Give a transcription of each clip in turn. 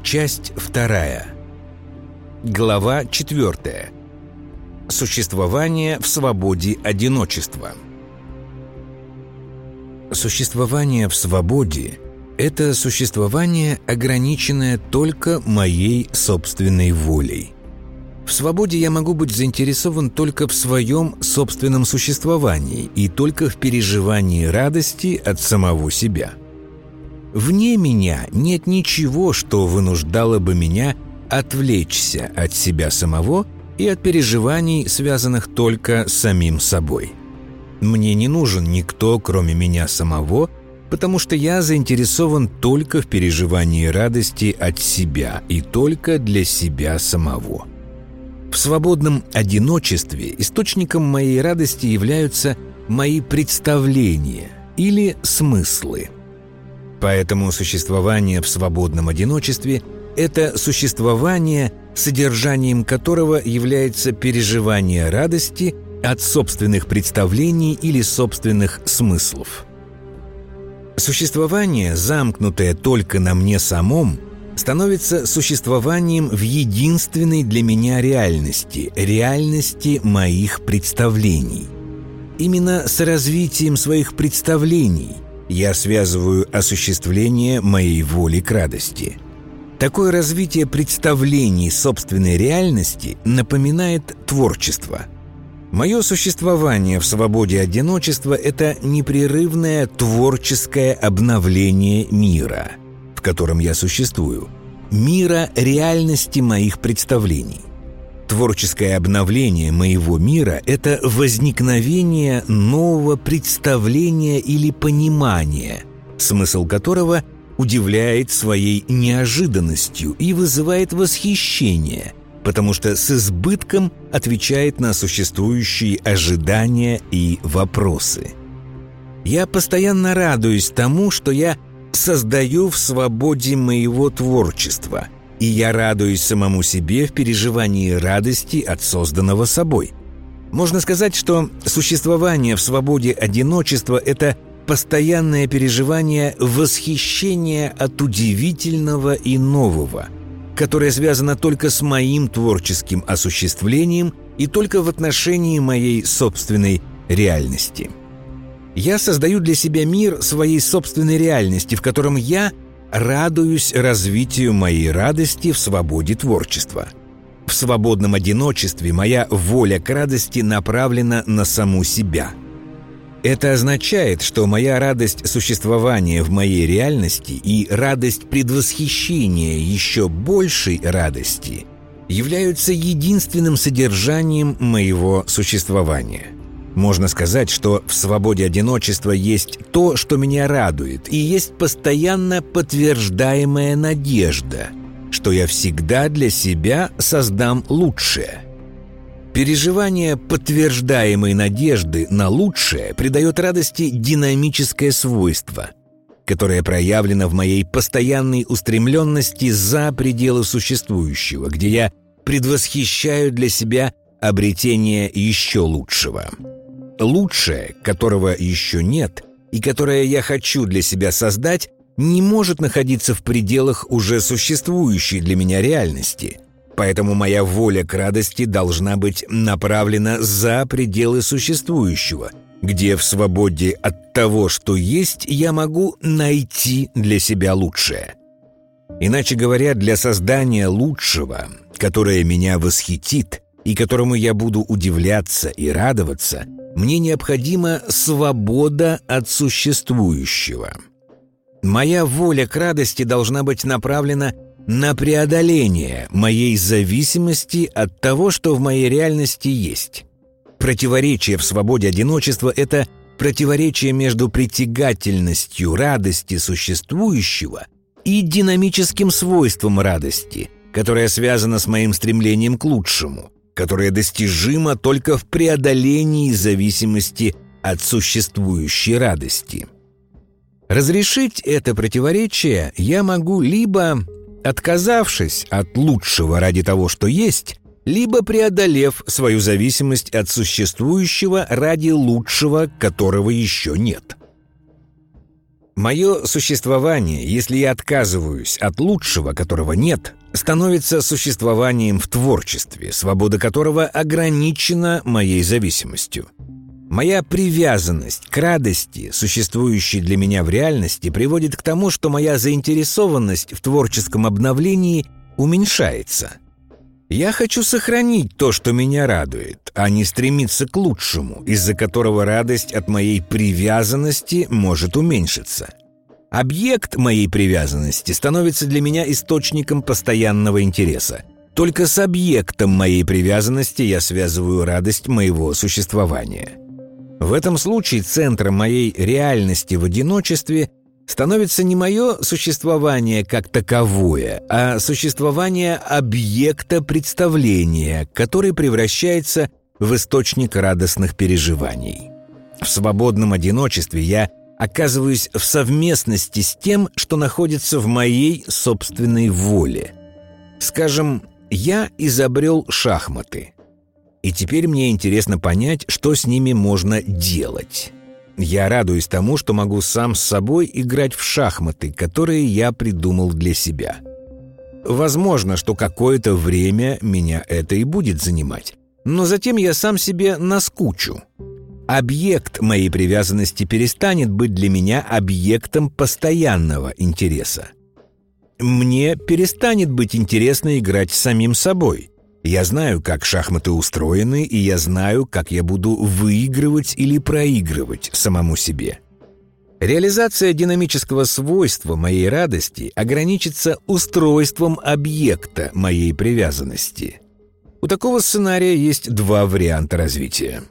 Часть 2. Глава 4. Существование в свободе одиночества. Существование в свободе – это существование, ограниченное только моей собственной волей. В свободе я могу быть заинтересован только в своем собственном существовании и только в переживании радости от самого себя. Вне меня нет ничего, что вынуждало бы меня отвлечься от себя самого и от переживаний, связанных только с самим собой. Мне не нужен никто, кроме меня самого, потому что я заинтересован только в переживании радости от себя и только для себя самого. В свободном одиночестве источником моей радости являются мои представления или смыслы. Поэтому существование в свободном одиночестве – это существование, содержанием которого является переживание радости от собственных представлений или собственных смыслов. Существование, замкнутое только на мне самом, становится существованием в единственной для меня реальности – реальности моих представлений. Именно с развитием своих представлений я связываю осуществление моей воли к радости. Такое развитие представлений собственной реальности напоминает творчество. Мое существование в свободе одиночества – это непрерывное творческое обновление мира, в котором я существую, мира реальности моих представлений. Творческое обновление моего мира – это возникновение нового представления или понимания, смысл которого удивляет своей неожиданностью и вызывает восхищение, потому что с избытком отвечает на существующие ожидания и вопросы. Я постоянно радуюсь тому, что я создаю в свободе моего творчества, и я радуюсь самому себе в переживании радости от созданного собой. Можно сказать, что существование в свободе одиночества – это постоянное переживание восхищения от удивительного и нового, которое связано только с моим творческим осуществлением и только в отношении моей собственной реальности. Я создаю для себя мир своей собственной реальности, в котором я радуюсь развитию моей радости в свободе творчества. В свободном одиночестве моя воля к радости направлена на саму себя. Это означает, что моя радость существования в моей реальности и радость предвосхищения еще большей радости являются единственным содержанием моего существования. Можно сказать, что в свободе одиночества есть то, что меня радует, и есть постоянно подтверждаемая надежда, что я всегда для себя создам лучшее. Переживание подтверждаемой надежды на лучшее придает радости динамическое свойство, которое проявлено в моей постоянной устремленности за пределы существующего, где я предвосхищаю для себя обретение еще лучшего. Лучшее, которого еще нет, и которое я хочу для себя создать, не может находиться в пределах уже существующей для меня реальности. Поэтому моя воля к радости должна быть направлена за пределы существующего, где в свободе от того, что есть, я могу найти для себя лучшее. Иначе говоря, для создания лучшего, которое меня восхитит и которому я буду удивляться и радоваться, мне необходима свобода от существующего. Моя воля к радости должна быть направлена на преодоление моей зависимости от того, что в моей реальности есть. Противоречие в свободе одиночества – это противоречие между притягательностью радости существующего и динамическим свойством радости, которое связано с моим стремлением к лучшему, которое достижимо только в преодолении зависимости от существующей радости. Разрешить это противоречие я могу либо отказавшись от лучшего ради того, что есть, либо преодолев свою зависимость от существующего ради лучшего, которого еще нет. Мое существование, если я отказываюсь от лучшего, которого нет, становится существованием в творчестве, свобода которого ограничена моей зависимостью. Моя привязанность к радости, существующей для меня в реальности, приводит к тому, что моя заинтересованность в творческом обновлении уменьшается. Я хочу сохранить то, что меня радует, а не стремиться к лучшему, из-за которого радость от моей привязанности может уменьшиться. Объект моей привязанности становится для меня источником постоянного интереса. Только с объектом моей привязанности я связываю радость моего существования. В этом случае центром моей реальности в одиночестве становится не мое существование как таковое, а существование объекта представления, который превращается в источник радостных переживаний. В свободном одиночестве я оказываюсь в совместности с тем, что находится в моей собственной воле. Скажем, я изобрел шахматы. И теперь мне интересно понять, что с ними можно делать. Я радуюсь тому, что могу сам с собой играть в шахматы, которые я придумал для себя. Возможно, что какое-то время меня это и будет занимать, но затем я сам себе наскучу. Объект моей привязанности перестанет быть для меня объектом постоянного интереса. Мне перестанет быть интересно играть с самим собой. Я знаю, как шахматы устроены, и я знаю, как я буду выигрывать или проигрывать самому себе. Реализация динамического свойства моей радости ограничится устройством объекта моей привязанности. У такого сценария есть два варианта развития.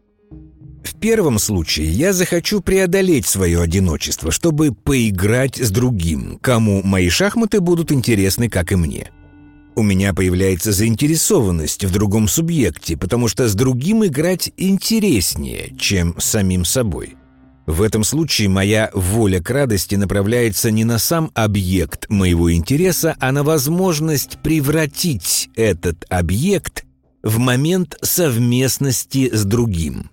В первом случае я захочу преодолеть свое одиночество, чтобы поиграть с другим, кому мои шахматы будут интересны, как и мне. У меня появляется заинтересованность в другом субъекте, потому что с другим играть интереснее, чем с самим собой. В этом случае моя воля к радости направляется не на сам объект моего интереса, а на возможность превратить этот объект в момент совместности с другим.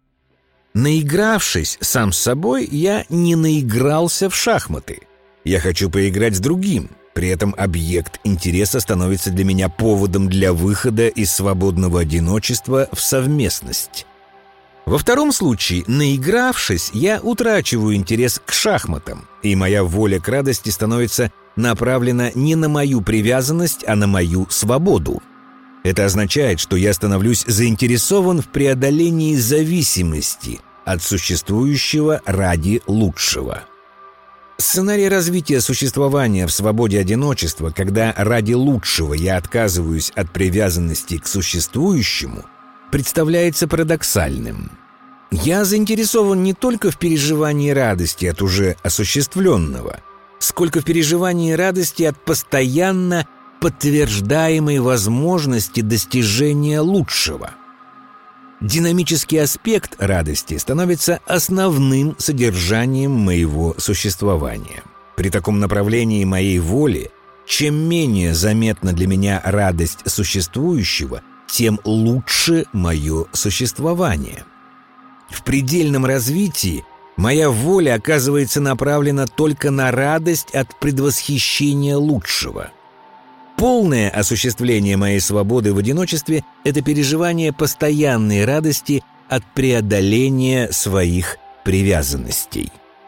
Наигравшись сам с собой, я не наигрался в шахматы. Я хочу поиграть с другим. При этом объект интереса становится для меня поводом для выхода из свободного одиночества в совместность. Во втором случае, наигравшись, я утрачиваю интерес к шахматам, и моя воля к радости становится направлена не на мою привязанность, а на мою свободу. Это означает, что я становлюсь заинтересован в преодолении зависимости от существующего ради лучшего. Сценарий развития существования в свободе одиночества, когда ради лучшего я отказываюсь от привязанности к существующему, представляется парадоксальным. Я заинтересован не только в переживании радости от уже осуществленного, сколько в переживании радости от постоянно подтверждаемой возможности достижения лучшего. Динамический аспект радости становится основным содержанием моего существования. При таком направлении моей воли, чем менее заметна для меня радость существующего, тем лучше мое существование. В предельном развитии моя воля оказывается направлена только на радость от предвосхищения лучшего. Полное осуществление моей свободы в одиночестве – это переживание постоянной радости от преодоления своих привязанностей.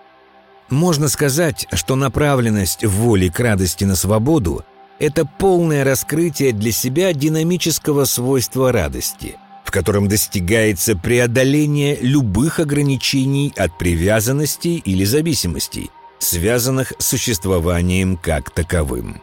Можно сказать, что направленность воли к радости на свободу – это полное раскрытие для себя динамического свойства радости, в котором достигается преодоление любых ограничений от привязанностей или зависимостей, связанных с существованием как таковым.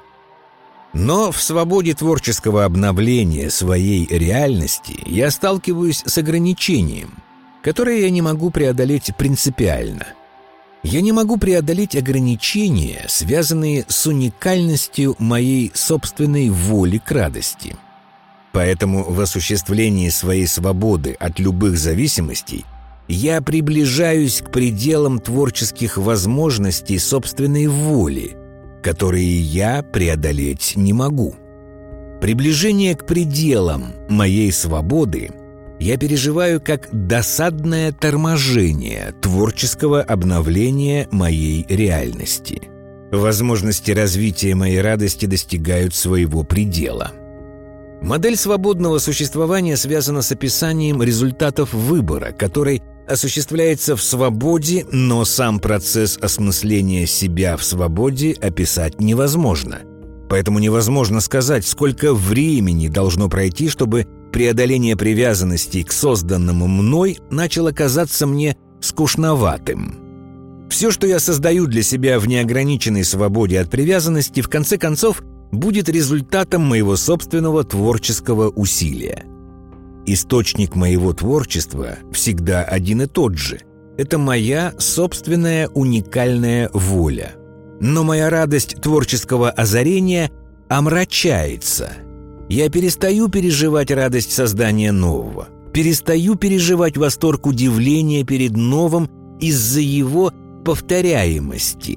Но в свободе творческого обновления своей реальности я сталкиваюсь с ограничением, которое я не могу преодолеть принципиально. Я не могу преодолеть ограничения, связанные с уникальностью моей собственной воли к радости. Поэтому в осуществлении своей свободы от любых зависимостей я приближаюсь к пределам творческих возможностей собственной воли, которые я преодолеть не могу. Приближение к пределам моей свободы я переживаю как досадное торможение творческого обновления моей реальности. Возможности развития моей радости достигают своего предела. Модель свободного существования связана с описанием результатов выбора, который осуществляется в свободе, но сам процесс осмысления себя в свободе описать невозможно. Поэтому невозможно сказать, сколько времени должно пройти, чтобы преодоление привязанности к созданному мной начало казаться мне скучноватым. Все, что я создаю для себя в неограниченной свободе от привязанности, в конце концов, будет результатом моего собственного творческого усилия. Источник моего творчества всегда один и тот же. Это моя собственная уникальная воля. Но моя радость творческого озарения омрачается. Я перестаю переживать радость создания нового, перестаю переживать восторг удивления перед новым из-за его повторяемости.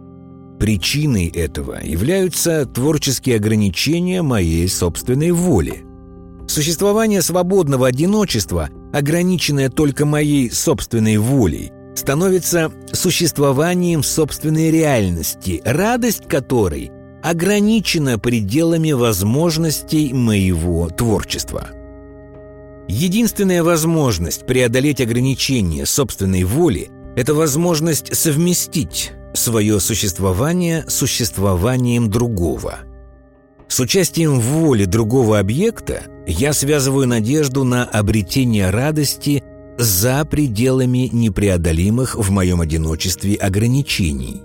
Причиной этого являются творческие ограничения моей собственной воли. Существование свободного одиночества, ограниченное только моей собственной волей, становится существованием собственной реальности, радость которой ограничена пределами возможностей моего творчества. Единственная возможность преодолеть ограничения собственной воли – это возможность совместить свое существование с существованием другого. С участием в воле другого объекта я связываю надежду на обретение радости за пределами непреодолимых в моем одиночестве ограничений.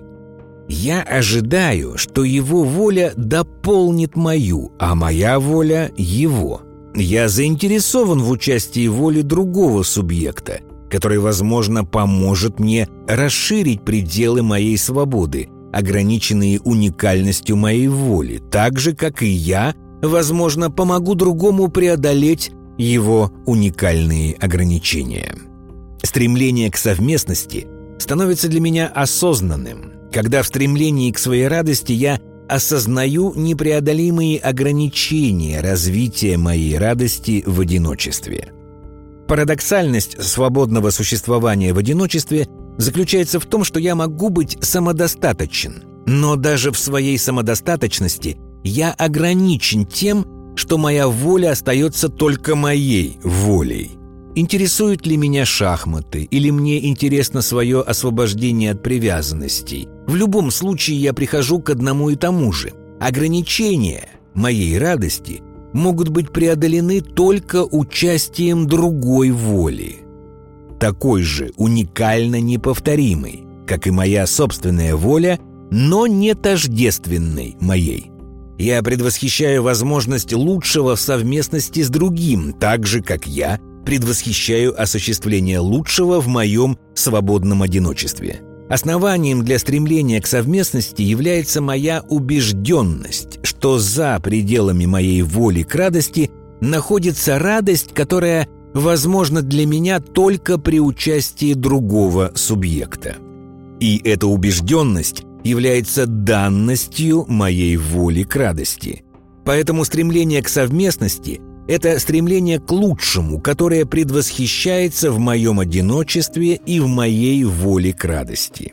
Я ожидаю, что его воля дополнит мою, а моя воля – его. Я заинтересован в участии воли другого субъекта, который, возможно, поможет мне расширить пределы моей свободы, ограниченные уникальностью моей воли, так же, как и я, возможно, помогу другому преодолеть его уникальные ограничения. Стремление к совместности становится для меня осознанным, когда в стремлении к своей радости я осознаю непреодолимые ограничения развития моей радости в одиночестве. Парадоксальность свободного существования в одиночестве заключается в том, что я могу быть самодостаточен, но даже в своей самодостаточности я ограничен тем, что моя воля остается только моей волей. Интересуют ли меня шахматы, или мне интересно свое освобождение от привязанностей? В любом случае я прихожу к одному и тому же. Ограничения моей радости могут быть преодолены только участием другой воли, такой же уникально неповторимой, как и моя собственная воля, но не тождественной моей. Я предвосхищаю возможность лучшего в совместности с другим, так же, как я предвосхищаю осуществление лучшего в моем свободном одиночестве. Основанием для стремления к совместности является моя убежденность, что за пределами моей воли к радости находится радость, которая возможна для меня только при участии другого субъекта. И эта убежденность является данностью моей воли к радости. Поэтому стремление к совместности – это стремление к лучшему, которое предвосхищается в моем одиночестве и в моей воле к радости.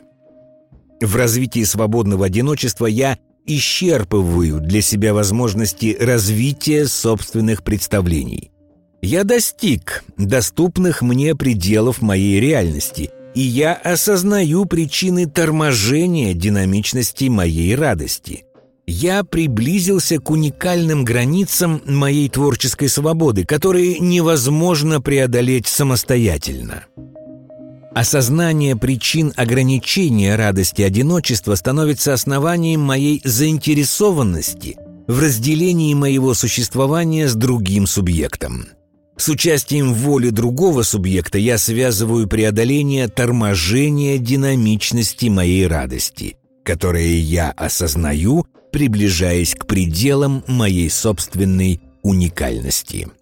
В развитии свободного одиночества я исчерпываю для себя возможности развития собственных представлений. Я достиг доступных мне пределов моей реальности, и я осознаю причины торможения динамичности моей радости. Я приблизился к уникальным границам моей творческой свободы, которые невозможно преодолеть самостоятельно. Осознание причин ограничения радости одиночества становится основанием моей заинтересованности в разделении моего существования с другим субъектом. С участием в воле другого субъекта я связываю преодоление торможения динамичности моей радости, которые я осознаю, приближаясь к пределам моей собственной уникальности.